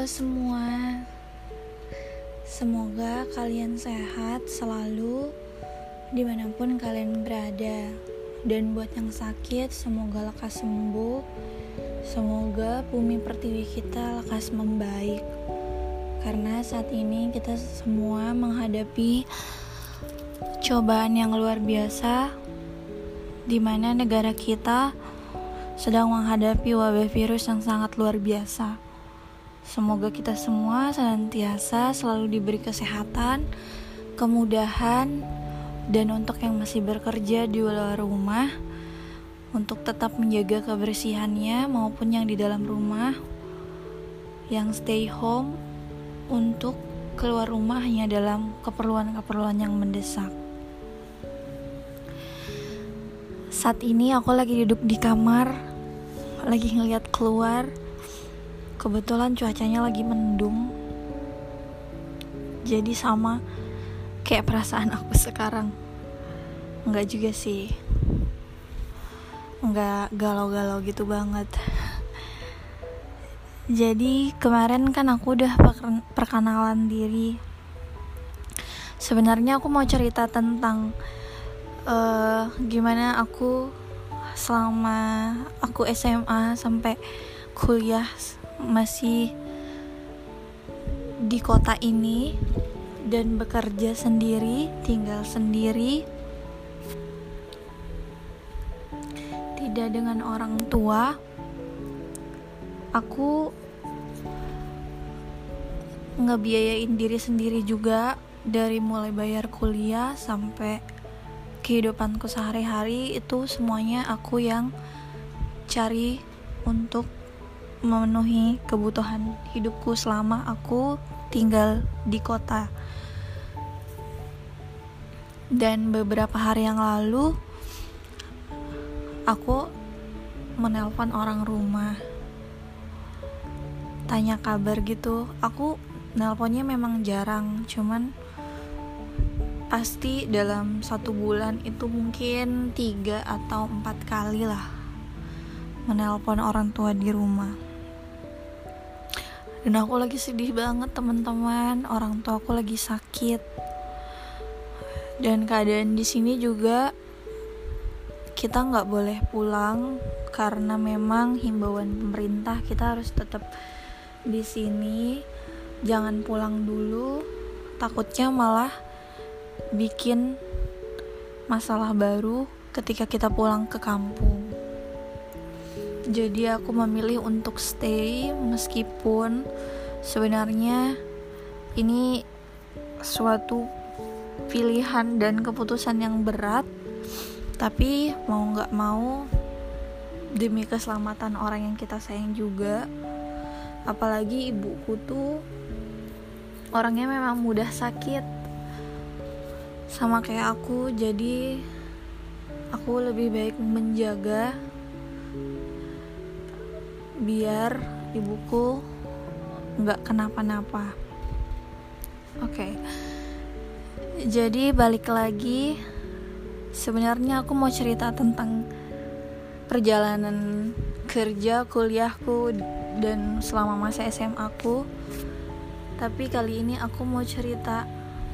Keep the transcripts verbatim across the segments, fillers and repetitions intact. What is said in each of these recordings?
Halo semua, semoga kalian sehat selalu dimanapun kalian berada. Dan buat yang sakit, semoga lekas sembuh. Semoga bumi pertiwi kita lekas membaik. Karena saat ini kita semua menghadapi cobaan yang luar biasa, di mana negara kita sedang menghadapi wabah virus yang sangat luar biasa. Semoga kita semua senantiasa selalu diberi kesehatan, kemudahan, dan untuk yang masih bekerja di luar rumah, untuk tetap menjaga kebersihannya maupun yang di dalam rumah, yang stay home, untuk keluar rumah hanya dalam keperluan-keperluan yang mendesak. Saat ini aku lagi duduk di kamar, lagi ngeliat keluar. Kebetulan cuacanya lagi mendung, jadi sama kayak perasaan aku sekarang. Enggak juga sih, enggak galau-galau gitu banget. Jadi kemarin kan aku udah perkenalan diri. Sebenarnya aku mau cerita tentang uh, gimana aku selama aku S M A sampai kuliah masih di kota ini dan bekerja sendiri, tinggal sendiri, tidak dengan orang tua. Aku ngebiayain diri sendiri juga, dari mulai bayar kuliah sampai kehidupanku sehari-hari, itu semuanya aku yang cari untuk memenuhi kebutuhan hidupku selama aku tinggal di kota. Dan beberapa hari yang lalu aku menelpon orang rumah, tanya kabar gitu. Aku nelponnya memang jarang, cuman pasti dalam satu bulan itu mungkin tiga atau empat kali lah menelpon orang tua di rumah. Dan aku lagi sedih banget teman-teman, orang tua aku lagi sakit. Dan keadaan di sini juga kita nggak boleh pulang karena memang himbauan pemerintah kita harus tetap di sini, jangan pulang dulu. Takutnya malah bikin masalah baru ketika kita pulang ke kampung. Jadi aku memilih untuk stay, meskipun sebenarnya ini suatu pilihan dan keputusan yang berat, tapi mau gak mau demi keselamatan orang yang kita sayang juga. Apalagi ibuku tuh orangnya memang mudah sakit, sama kayak aku. Jadi aku lebih baik menjaga biar ibuku gak kenapa-napa. Oke, okay. Jadi balik lagi, sebenarnya aku mau cerita tentang perjalanan kerja kuliahku dan selama masa S M A ku. Tapi kali ini aku mau cerita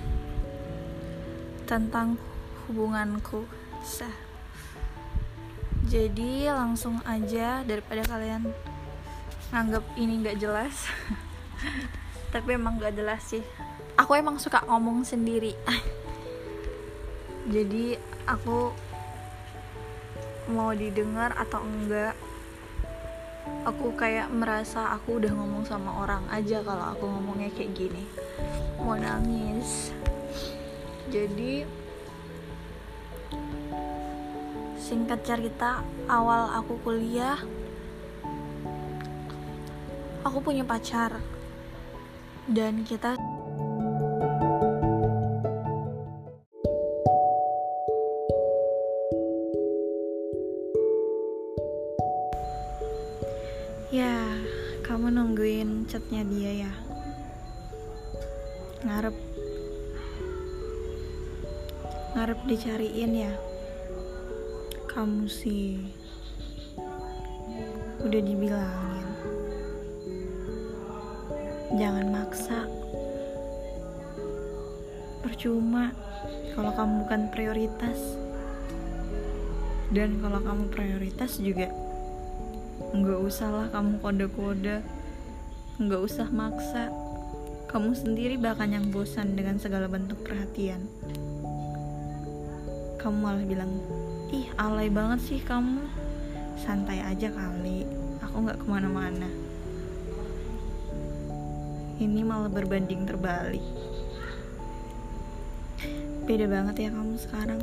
tentang hubunganku. Sah. Jadi langsung aja, daripada kalian nganggap ini gak jelas. Tapi emang gak jelas sih, aku emang suka ngomong sendiri. Jadi aku mau didengar atau enggak, aku kayak merasa aku udah ngomong sama orang aja kalau aku ngomongnya kayak gini. Mau nangis. Jadi singkat cerita, awal aku kuliah, aku punya pacar. Dan kita ya, kamu nungguin chatnya dia ya, ngarep ngarep dicariin ya. Kamu sih udah dibilangin Jangan maksa. Percuma kalau kamu bukan prioritas. Dan kalau kamu prioritas juga, nggak usah lah kamu kode-kode, nggak usah maksa. Kamu sendiri bahkan yang bosan dengan segala bentuk perhatian. Kamu malah bilang, ih alay banget sih kamu, santai aja kali, aku nggak kemana-mana. Ini malah berbanding terbalik. Beda banget ya kamu sekarang.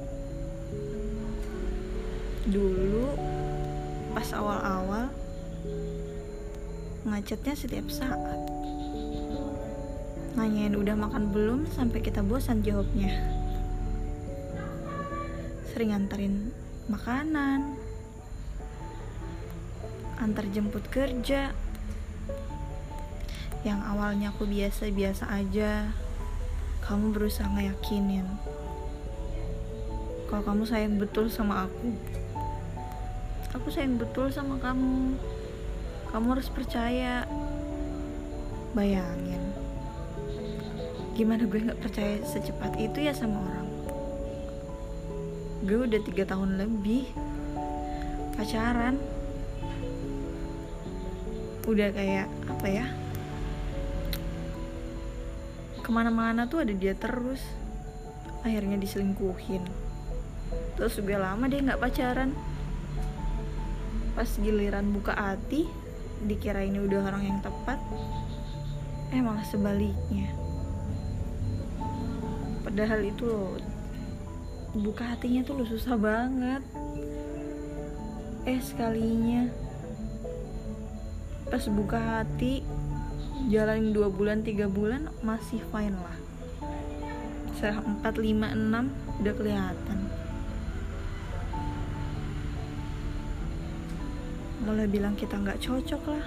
Dulu pas awal-awal ngechatnya setiap saat, nanyain udah makan belum sampai kita bosan jawabnya. Sering anterin makanan, antar jemput kerja. Yang awalnya aku biasa-biasa aja, kamu berusaha ngeyakinin kalau kamu sayang betul sama aku. Aku sayang betul sama kamu. Kamu harus percaya. Bayangin, gimana gue gak percaya secepat itu ya sama orang. Gue udah tiga tahun lebih pacaran. Udah kayak apa ya, kemana-mana tuh ada dia terus. Akhirnya diselingkuhin. Terus juga lama dia gak pacaran. Pas giliran buka hati, dikira ini udah orang yang tepat, eh malah sebaliknya. Padahal itu loh, buka hatinya tuh lo susah banget. Eh sekalinya pas buka hati, jalanin dua bulan, tiga bulan masih fine lah. Setelah empat, lima, enam udah kelihatan. Mulai bilang kita gak cocok lah.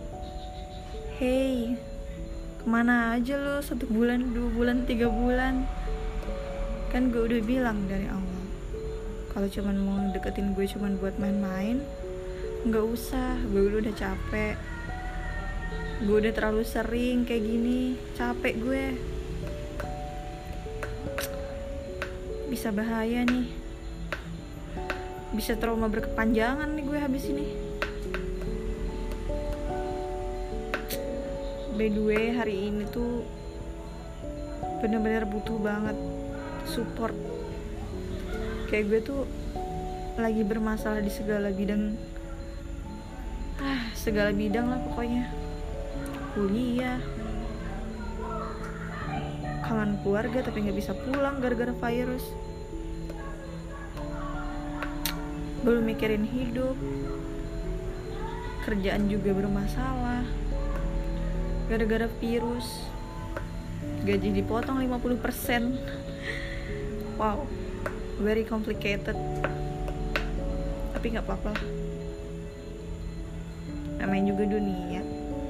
Hey, kemana aja lo satu bulan, dua bulan, tiga bulan? Kan gue udah bilang dari awal, kalau cuman mau deketin gue cuman buat main-main, gak usah. Gue udah capek. Gue udah terlalu sering kayak gini. Capek gue. Bisa bahaya nih. Bisa trauma berkepanjangan nih gue habis ini. By the way, hari ini tuh bener-bener butuh banget support. Kayak gue tuh lagi bermasalah di segala bidang. Ah, segala bidang lah pokoknya. Kuliah, kangen keluarga tapi gak bisa pulang gara-gara virus. Belum mikirin hidup. Kerjaan juga bermasalah gara-gara virus. Gaji dipotong lima puluh persen. Wow, very complicated. Tapi gak apa-apa lah, namanya juga dunia.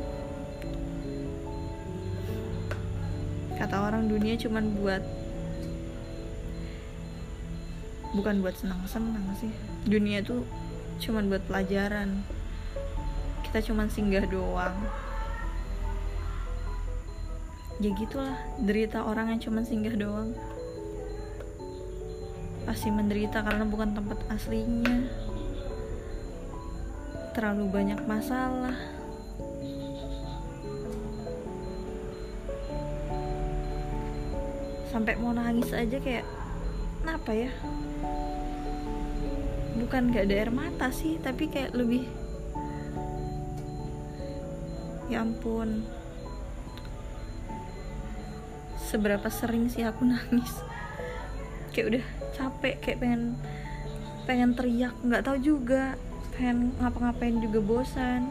Kata orang dunia cuman buat, bukan buat senang-senang sih. Dunia tuh cuman buat pelajaran. Kita cuman singgah doang. Ya gitulah derita orang yang cuman singgah doang. Pasti menderita karena bukan tempat aslinya. Terlalu banyak masalah. Sampai mau nangis aja kayak, kenapa ya? Bukan gak ada air mata sih, tapi kayak lebih, ya ampun, seberapa sering sih aku nangis. Kayak udah capek, kayak pengen pengen teriak, nggak tahu juga, pengen ngapa-ngapain juga bosan.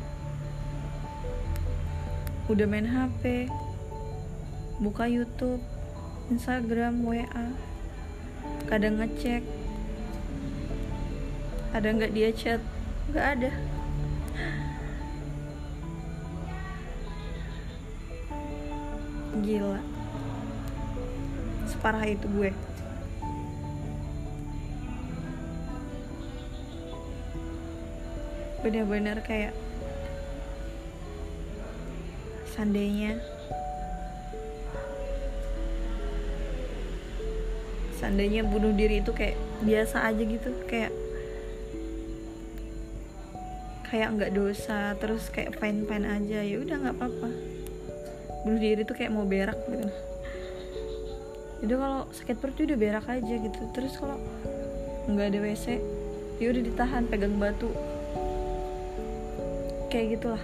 Udah main H P, buka YouTube, Instagram, W A, kadang ngecek ada nggak dia chat, nggak ada. Gila, separah itu gue. Bener-bener kayak seandainya seandainya bunuh diri itu kayak biasa aja gitu, kayak kayak nggak dosa, terus kayak fine fine aja, ya udah nggak apa-apa. Bunuh diri tuh kayak mau berak gitu. Jadi kalau sakit perut udah berak aja gitu. Terus kalau nggak ada W C, ya udah ditahan pegang batu. Kayak gitulah.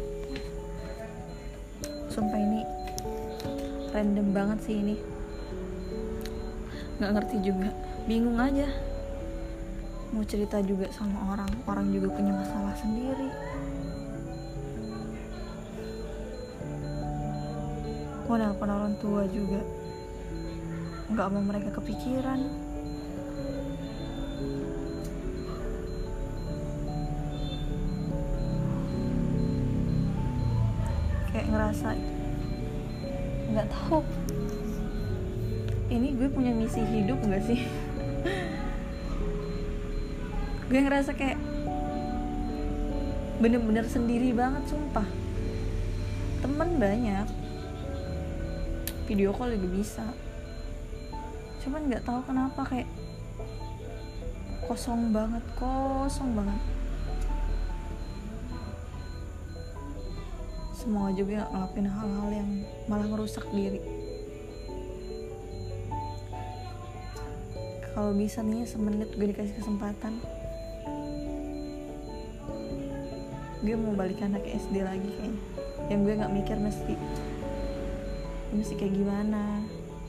Sumpah ini random banget sih ini. Nggak ngerti juga, bingung aja. Mau cerita juga sama orang, orang juga punya masalah sendiri. Mau nelpon orang tua juga nggak mau mereka kepikiran. Kayak ngerasa nggak tahu ini gue punya misi hidup nggak sih. Gue ngerasa kayak bener-bener sendiri banget, sumpah. Temen banyak, video call juga bisa, cuman nggak tahu kenapa kayak kosong banget, kosong banget. Semoga juga gak ngelakuin hal-hal yang malah ngerusak diri. Kalau bisa nih semenit gue dikasih kesempatan, gue mau balik anak S D lagi kayaknya. Yang gue gak mikir mesti mesti kayak gimana,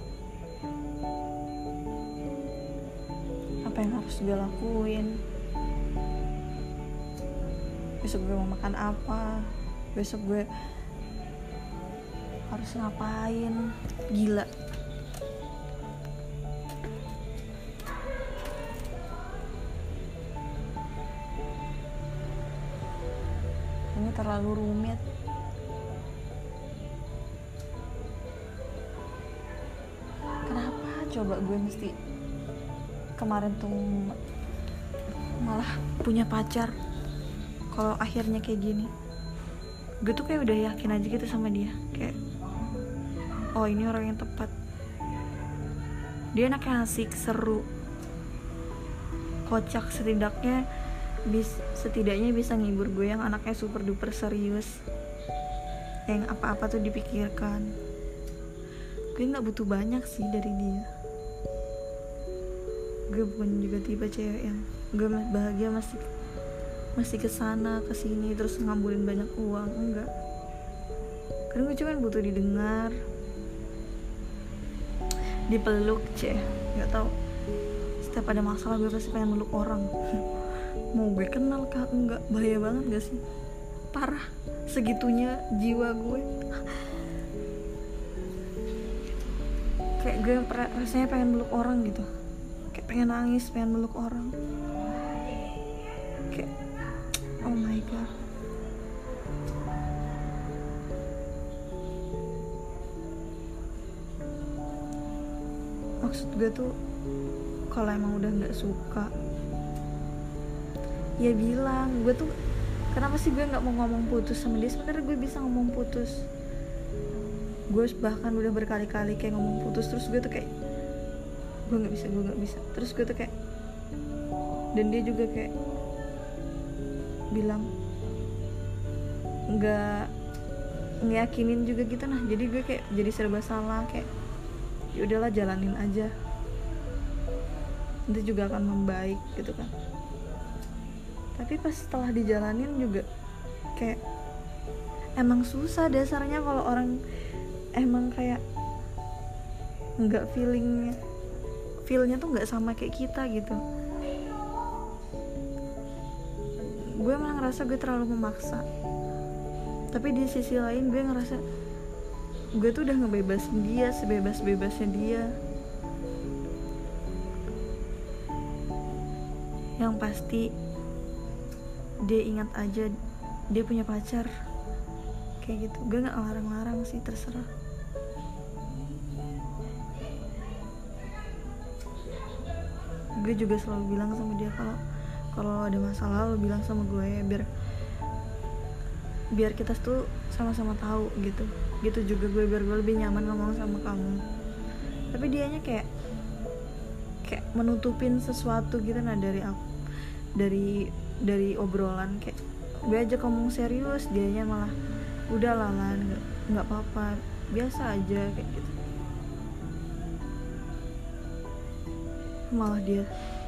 apa yang harus gue lakuin, besok gue mau makan apa, besok gue harus ngapain. Gila. Ini terlalu rumit. Kenapa coba gue mesti kemarin tuh malah punya pacar kalau akhirnya kayak gini. Gue tuh kayak udah yakin aja gitu sama dia, kayak oh ini orang yang tepat. Dia anaknya asik, seru, kocak, setidaknya bis, setidaknya bisa ngibur gue yang anaknya super duper serius, yang apa-apa tuh dipikirkan. Gue nggak butuh banyak sih dari dia. Gue bukan juga tipe cewek yang gue bahagia masih masih kesana kesini terus ngambulin banyak uang, enggak. Karena gue cuma butuh didengar, dipeluk, ceh, nggak tahu. Setiap ada masalah gue pasti pengen meluk orang. Mau gue kenal kah enggak, bahaya banget gak sih? Parah, segitunya jiwa gue. Kayak gue rasanya pengen meluk orang gitu, kayak pengen nangis, pengen meluk orang. Kayak oh my god. Maksud gue tuh kalau emang udah nggak suka ya bilang. Gue tuh kenapa sih gue nggak mau ngomong putus sama dia? Sebenarnya gue bisa ngomong putus. Gue bahkan udah berkali-kali kayak ngomong putus, terus gue tuh kayak gue nggak bisa, gue nggak bisa. Terus gue tuh kayak, dan dia juga kayak bilang nggak ngeyakinin juga gitu. Nah jadi gue kayak jadi serba salah, kayak ya udahlah jalanin aja, nanti juga akan membaik gitu kan. Tapi pas setelah dijalanin juga kayak emang susah dasarnya kalau orang emang kayak nggak feelingnya feelnya tuh nggak sama kayak kita gitu. Gue malah ngerasa gue terlalu memaksa, tapi di sisi lain gue ngerasa gue tuh udah ngebebasin dia sebebas-bebasnya dia. Yang pasti dia ingat aja dia punya pacar kayak gitu. Gue nggak larang-larang sih, terserah. Gue juga selalu bilang sama dia kalau kalau ada masalah lo bilang sama gue, biar biar kita tuh sama-sama tahu gitu. Gitu juga gue, biar gue lebih nyaman ngomong sama kamu. Tapi dianya kayak kayak menutupin sesuatu gitu. Nah dari aku, dari dari obrolan kayak gue aja ngomong serius, dianya malah udah lalan, nggak nggak apa-apa, biasa aja kayak gitu. Malah dia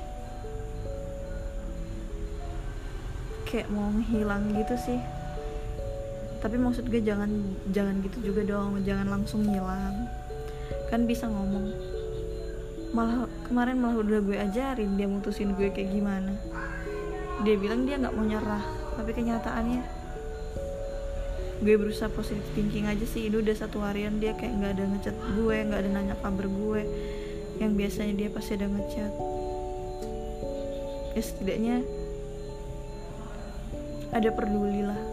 kayak mau ngilang gitu sih. Tapi maksud gue jangan jangan gitu juga dong, jangan langsung ngilang, kan bisa ngomong. Malah kemarin malah udah gue ajarin dia mutusin gue kayak gimana. Dia bilang dia nggak mau nyerah, tapi kenyataannya gue berusaha positive thinking aja sih. Ini udah satu harian dia kayak nggak ada ngechat gue, nggak ada nanya kabar gue, yang biasanya dia pasti ada ngechat. Ya setidaknya ada peduli lah.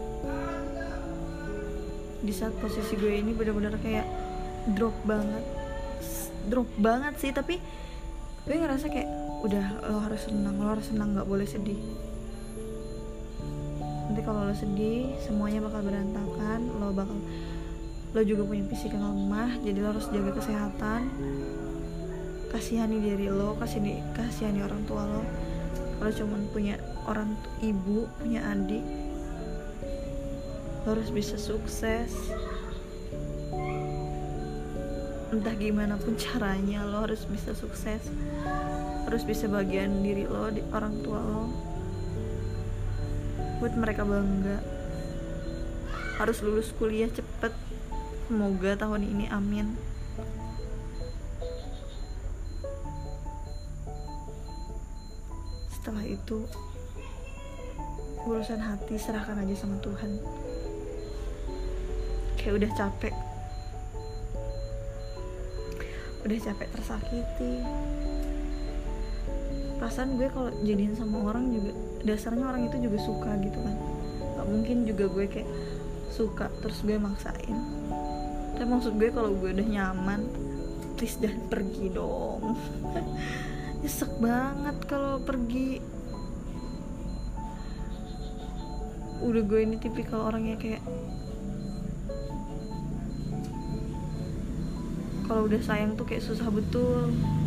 Di saat posisi gue ini benar-benar kayak drop banget, drop banget sih. Tapi gue ngerasa kayak udah, lo harus senang, lo harus senang, nggak boleh sedih. Nanti kalau lo sedih semuanya bakal berantakan. Lo bakal, lo juga punya fisik yang lemah, jadi lo harus jaga kesehatan. Kasihani diri lo, kasihani kasihani orang tua lo. Kalau cuma punya orang ibu, punya adik, lo harus bisa sukses. Entah gimana pun caranya, lo harus bisa sukses. Harus bisa bagian diri lo di orang tua lo, buat mereka bangga. Harus lulus kuliah cepet, semoga tahun ini, amin. Setelah itu urusan hati serahkan aja sama Tuhan. Kayak udah capek, udah capek tersakiti. Perasaan gue kalau jadiin sama orang juga dasarnya orang itu juga suka gitu kan. Gak mungkin juga gue kayak suka terus gue maksain. Tapi maksud gue kalau gue udah nyaman, please jangan pergi dong. Nyesek banget kalau pergi. Udah gue ini tipikal orangnya kayak kalau udah sayang tuh kayak susah betul.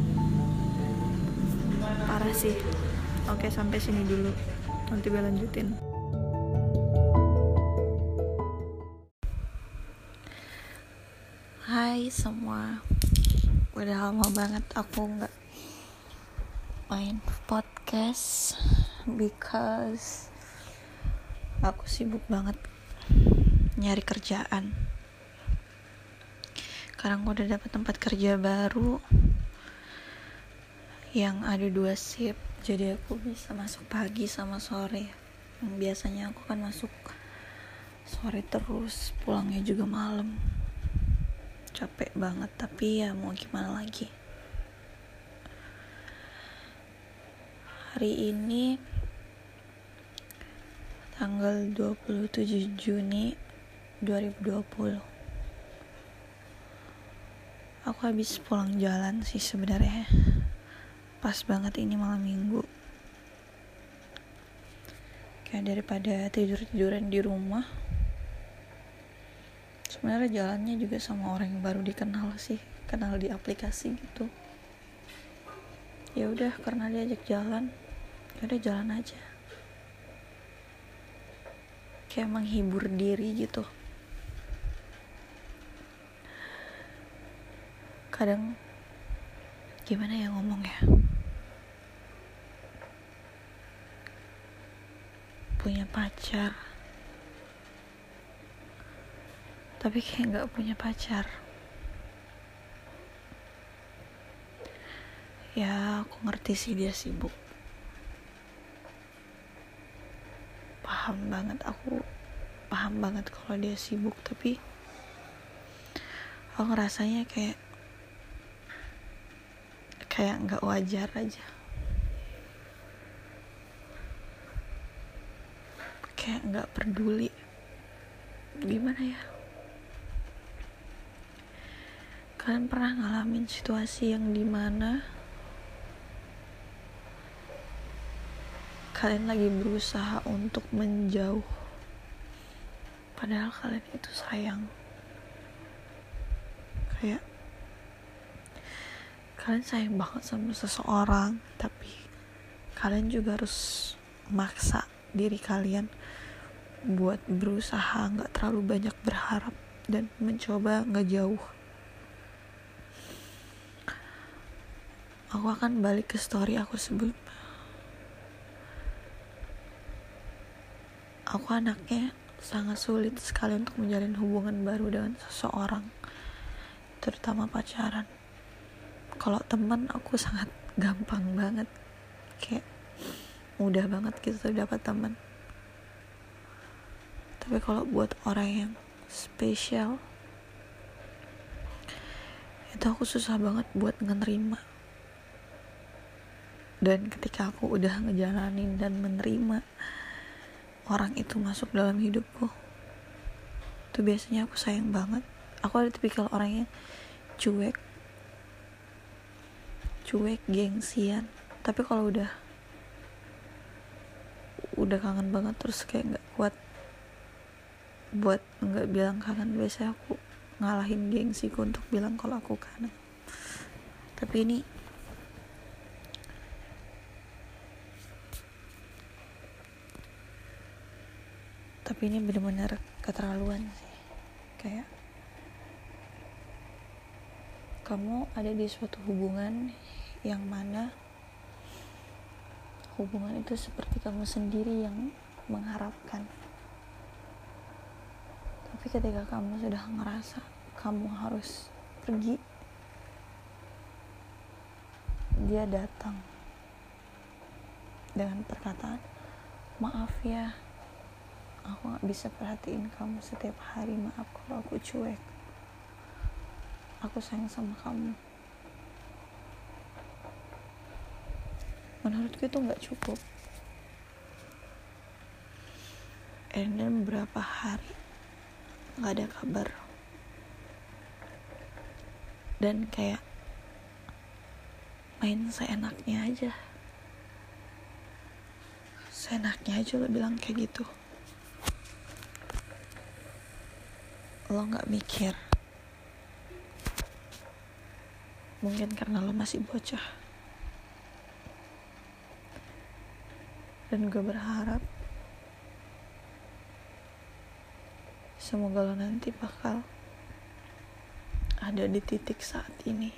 Parah sih. Oke, sampai sini dulu, nanti gue lanjutin. Hai semua, udah lama banget aku nggak main podcast because aku sibuk banget nyari kerjaan. Sekarang aku udah dapet tempat kerja baru yang ada dua shift, jadi aku bisa masuk pagi sama sore. Yang biasanya aku kan masuk sore terus, pulangnya juga malam. Capek banget, tapi ya mau gimana lagi. Hari ini tanggal dua puluh tujuh Juni dua ribu dua puluh. Aku habis pulang jalan sih sebenarnya. Pas banget ini malam minggu. Kayak daripada tidur-tiduran di rumah, sebenarnya jalannya juga sama orang yang baru dikenal sih, kenal di aplikasi gitu. Ya udah, karena diajak jalan, ya udah jalan aja. Kayak menghibur diri gitu. Kadang gimana ya ngomongnya, punya pacar tapi kayak gak punya pacar. Ya aku ngerti sih dia sibuk, paham banget, aku paham banget kalau dia sibuk. Tapi aku ngerasanya kayak kayak nggak wajar aja, kayak nggak peduli. Gimana ya, kalian pernah ngalamin situasi yang dimana kalian lagi berusaha untuk menjauh, padahal kalian itu sayang. Kayak kalian sayang banget sama seseorang, tapi kalian juga harus maksa diri kalian buat berusaha gak terlalu banyak berharap dan mencoba gak jauh. Aku akan balik ke story aku sebelumnya. Aku anaknya sangat sulit sekali untuk menjalin hubungan baru dengan seseorang, terutama pacaran. Kalau teman aku sangat gampang banget, kayak mudah banget gitu dapat teman. Tapi kalau buat orang yang spesial, itu aku susah banget buat ngerima. Dan ketika aku udah ngejalanin dan menerima orang itu masuk dalam hidupku, itu biasanya aku sayang banget. Aku ada tipikal orang yang cuek, cuek, gengsian. Tapi kalau udah udah kangen banget, terus kayak nggak kuat buat nggak bilang kangen, biasanya aku ngalahin gengsiku untuk bilang kalau aku kangen. Tapi ini tapi ini benar-benar keterlaluan sih. Kayak kamu ada di suatu hubungan yang mana hubungan itu seperti kamu sendiri yang mengharapkan. Tapi ketika kamu sudah ngerasa kamu harus pergi, dia datang dengan perkataan, maaf ya, aku gak bisa perhatiin kamu setiap hari, maaf kalau aku cuek, aku sayang sama kamu. Menurutku itu gak cukup. And then beberapa hari gak ada kabar, dan kayak main seenaknya aja seenaknya aja lo bilang kayak gitu. Lo gak mikir, mungkin karena lo masih bocah. Dan gue berharap semoga lo nanti bakal ada di titik saat ini.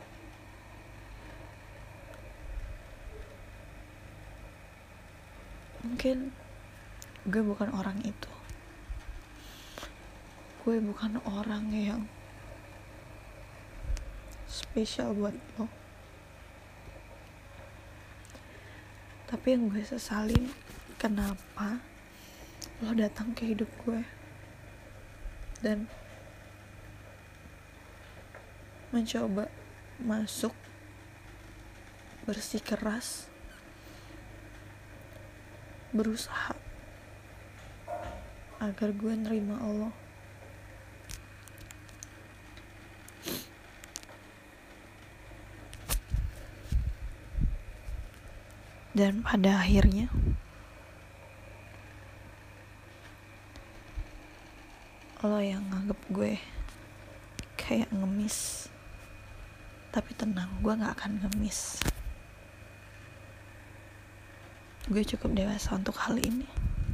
Mungkin gue bukan orang itu, gue bukan orang yang spesial buat lo, tapi yang gue sesalin kenapa lo datang ke hidup gue dan mencoba masuk bersikeras, berusaha agar gue nerima Allah. Dan pada akhirnya lo yang nganggep gue kayak ngemis. Tapi tenang, gue gak akan ngemis. Gue cukup dewasa untuk hal ini.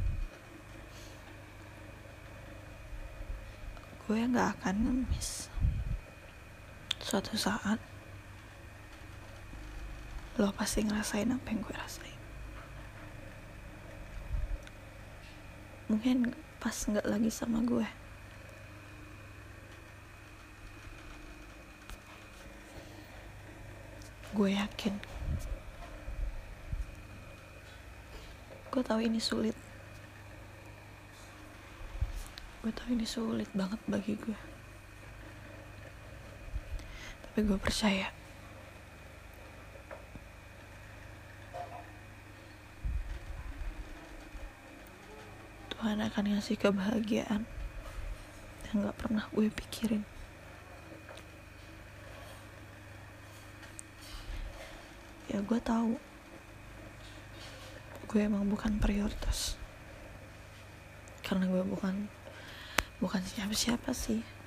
Gue gak akan ngemis. Suatu saat lo pasti ngerasain apa yang gue rasain. Mungkin pas gak lagi sama gue, gue yakin, gue tahu ini sulit, gue tahu ini sulit banget bagi gue, tapi gue percaya Tuhan akan ngasih kebahagiaan yang gak pernah gue pikirin. Ya gue tahu gue emang bukan prioritas, karena gue bukan bukan siapa-siapa sih,